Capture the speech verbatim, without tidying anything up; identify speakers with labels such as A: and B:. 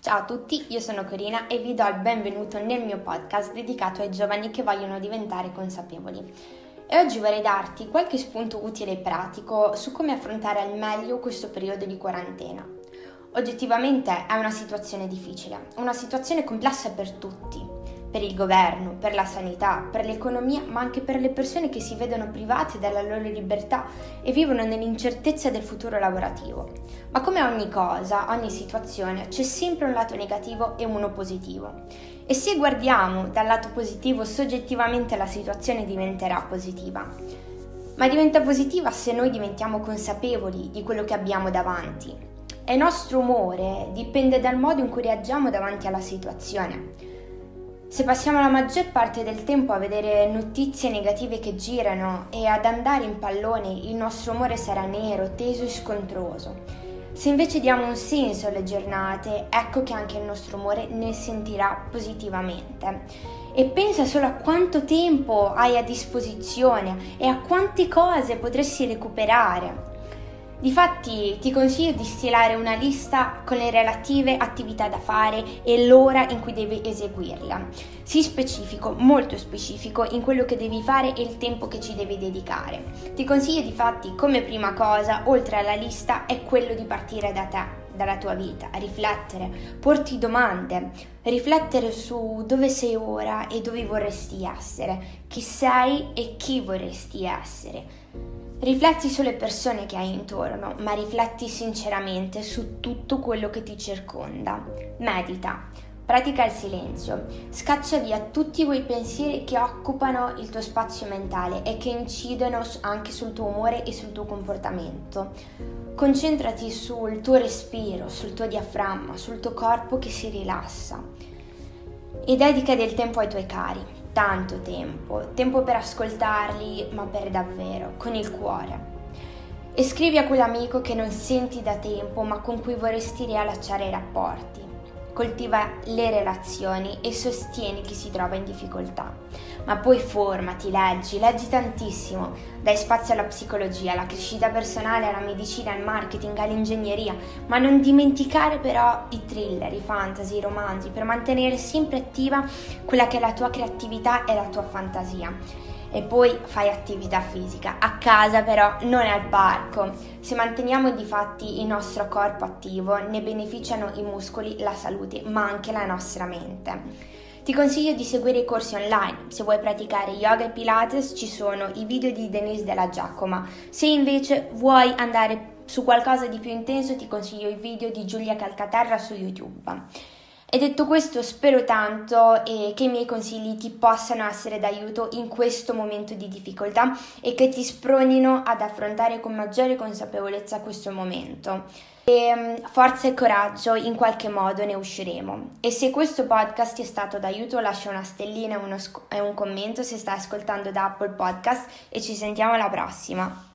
A: Ciao a tutti, io sono Corina e vi do il benvenuto nel mio podcast dedicato ai giovani che vogliono diventare consapevoli. E oggi vorrei darti qualche spunto utile e pratico su come affrontare al meglio questo periodo di quarantena. Oggettivamente è una situazione difficile, una situazione complessa per tutti, per il governo, per la sanità, per l'economia, ma anche per le persone che si vedono private della loro libertà e vivono nell'incertezza del futuro lavorativo. Ma come ogni cosa, ogni situazione, c'è sempre un lato negativo e uno positivo. E se guardiamo dal lato positivo, soggettivamente la situazione diventerà positiva. Ma diventa positiva se noi diventiamo consapevoli di quello che abbiamo davanti. E il nostro umore dipende dal modo in cui reagiamo davanti alla situazione. Se passiamo la maggior parte del tempo a vedere notizie negative che girano e ad andare in pallone, il nostro umore sarà nero, teso e scontroso. Se invece diamo un senso alle giornate, ecco che anche il nostro umore ne sentirà positivamente. E pensa solo a quanto tempo hai a disposizione e a quante cose potresti recuperare. Difatti ti consiglio di stilare una lista con le relative attività da fare e l'ora in cui devi eseguirla. Sii specifico, molto specifico in quello che devi fare e il tempo che ci devi dedicare. Ti consiglio difatti come prima cosa, oltre alla lista, è quello di partire da te, dalla tua vita, riflettere, porti domande, riflettere su dove sei ora e dove vorresti essere, chi sei e chi vorresti essere. Rifletti sulle persone che hai intorno, ma rifletti sinceramente su tutto quello che ti circonda. Medita, pratica il silenzio, scaccia via tutti quei pensieri che occupano il tuo spazio mentale e che incidono anche sul tuo umore e sul tuo comportamento. Concentrati sul tuo respiro, sul tuo diaframma, sul tuo corpo che si rilassa e dedica del tempo ai tuoi cari. Tanto tempo, tempo per ascoltarli, ma per davvero, con il cuore. E scrivi a quell'amico che non senti da tempo, ma con cui vorresti riallacciare i rapporti. Coltiva le relazioni e sostieni chi si trova in difficoltà. Ma poi formati, leggi, leggi tantissimo. Dai spazio alla psicologia, alla crescita personale, alla medicina, al marketing, all'ingegneria. Ma non dimenticare però i thriller, i fantasy, i romanzi, per mantenere sempre attiva quella che è la tua creatività e la tua fantasia. E poi fai attività fisica, a casa però, non al parco. Se manteniamo difatti il nostro corpo attivo, ne beneficiano i muscoli, la salute, ma anche la nostra mente. Ti consiglio di seguire i corsi online. Se vuoi praticare yoga e pilates, ci sono i video di Denise Della Giacoma. Se invece vuoi andare su qualcosa di più intenso, ti consiglio i video di Giulia Calcaterra su YouTube. E detto questo, spero tanto e che i miei consigli ti possano essere d'aiuto in questo momento di difficoltà e che ti spronino ad affrontare con maggiore consapevolezza questo momento. E forza e coraggio, in qualche modo ne usciremo. E se questo podcast ti è stato d'aiuto, lascia una stellina e, uno sc- e un commento se stai ascoltando da Apple Podcast e ci sentiamo alla prossima.